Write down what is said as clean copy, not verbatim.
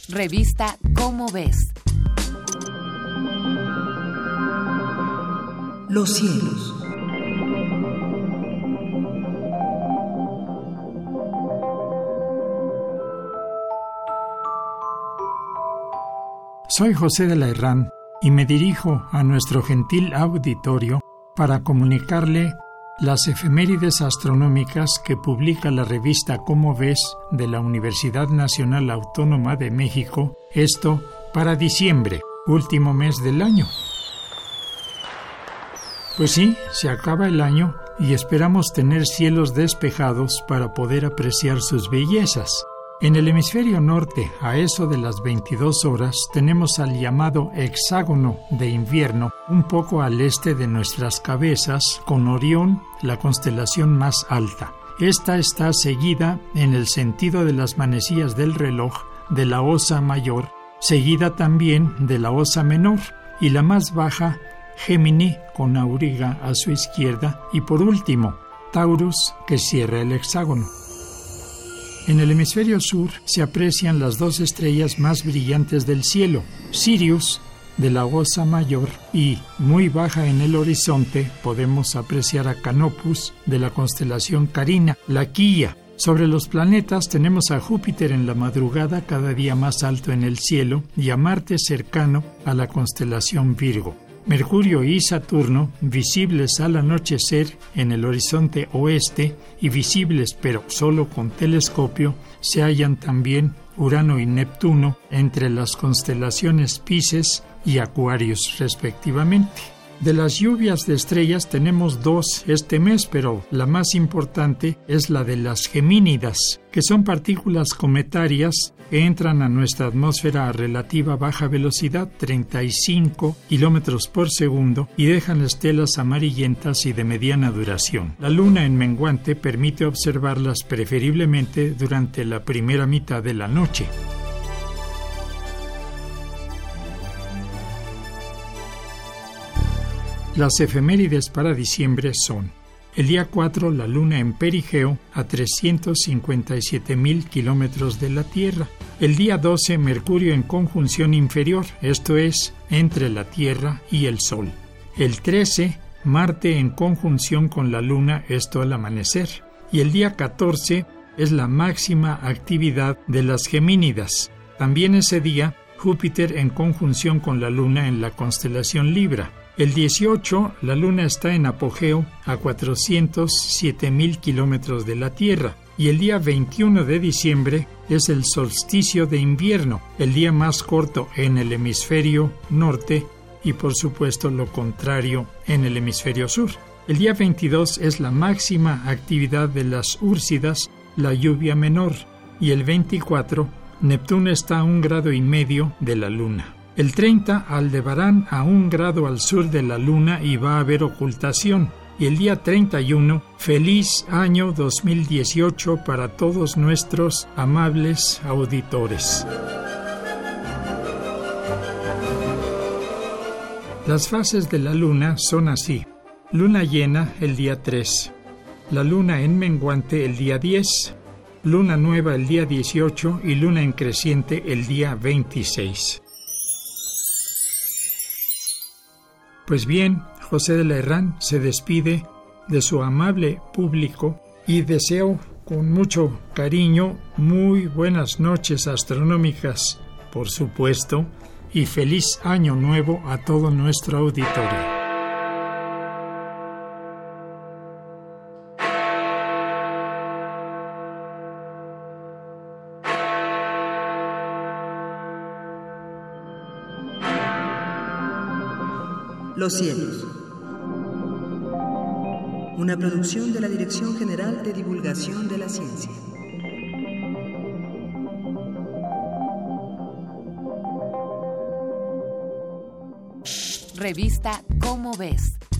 Revista Cómo Ves. Los cielos. Soy José de la Herrán y me dirijo a nuestro gentil auditorio para comunicarle las efemérides astronómicas que publica la revista Cómo Ves de la Universidad Nacional Autónoma de México, esto para diciembre, último mes del año. Pues sí, se acaba el año y esperamos tener cielos despejados para poder apreciar sus bellezas. En el hemisferio norte, a eso de las 22 horas, tenemos al llamado hexágono de invierno, un poco al este de nuestras cabezas, con Orión, la constelación más alta. Esta está seguida, en el sentido de las manecillas del reloj, de la Osa Mayor, seguida también de la Osa Menor, y la más baja, Gémini, con Auriga a su izquierda, y por último, Taurus, que cierra el hexágono. En el hemisferio sur se aprecian las dos estrellas más brillantes del cielo, Sirius, de la Osa Mayor, y, muy baja en el horizonte, podemos apreciar a Canopus, de la constelación Carina, la Quilla. Sobre los planetas tenemos a Júpiter en la madrugada, cada día más alto en el cielo, y a Marte cercano a la constelación Virgo. Mercurio y Saturno, visibles al anochecer en el horizonte oeste y visibles pero solo con telescopio, se hallan también Urano y Neptuno entre las constelaciones Piscis y Aquarius respectivamente. De las lluvias de estrellas tenemos dos este mes, pero la más importante es la de las gemínidas, que son partículas cometarias que entran a nuestra atmósfera a relativa baja velocidad, 35 kilómetros por segundo, y dejan estelas amarillentas y de mediana duración. La luna en menguante permite observarlas preferiblemente durante la primera mitad de la noche. Las efemérides para diciembre son: el día 4, la luna en perigeo a 357,000 kilómetros de la Tierra. El día 12, Mercurio en conjunción inferior, esto es, entre la Tierra y el Sol. El 13, Marte en conjunción con la luna, esto al amanecer. Y el día 14 es la máxima actividad de las gemínidas. También ese día, Júpiter en conjunción con la luna en la constelación Libra. El 18, la luna está en apogeo a 407,000 kilómetros de la Tierra. Y el día 21 de diciembre es el solsticio de invierno, el día más corto en el hemisferio norte y por supuesto lo contrario en el hemisferio sur. El día 22 es la máxima actividad de las Úrsidas, la lluvia menor. Y el 24, Neptuno está a 1,5 grados de la luna. El 30, Aldebarán a 1 grado al sur de la luna y va a haber ocultación. Y el día 31, feliz año 2018 para todos nuestros amables auditores. Las fases de la luna son así: luna llena el día 3, la luna en menguante el día 10, luna nueva el día 18 y luna en creciente el día 26. Pues bien, José de la Herrán se despide de su amable público y deseo con mucho cariño muy buenas noches astronómicas, por supuesto, y feliz año nuevo a todo nuestro auditorio. Los cielos. Una producción de la Dirección General de Divulgación de la Ciencia. Revista Cómo Ves.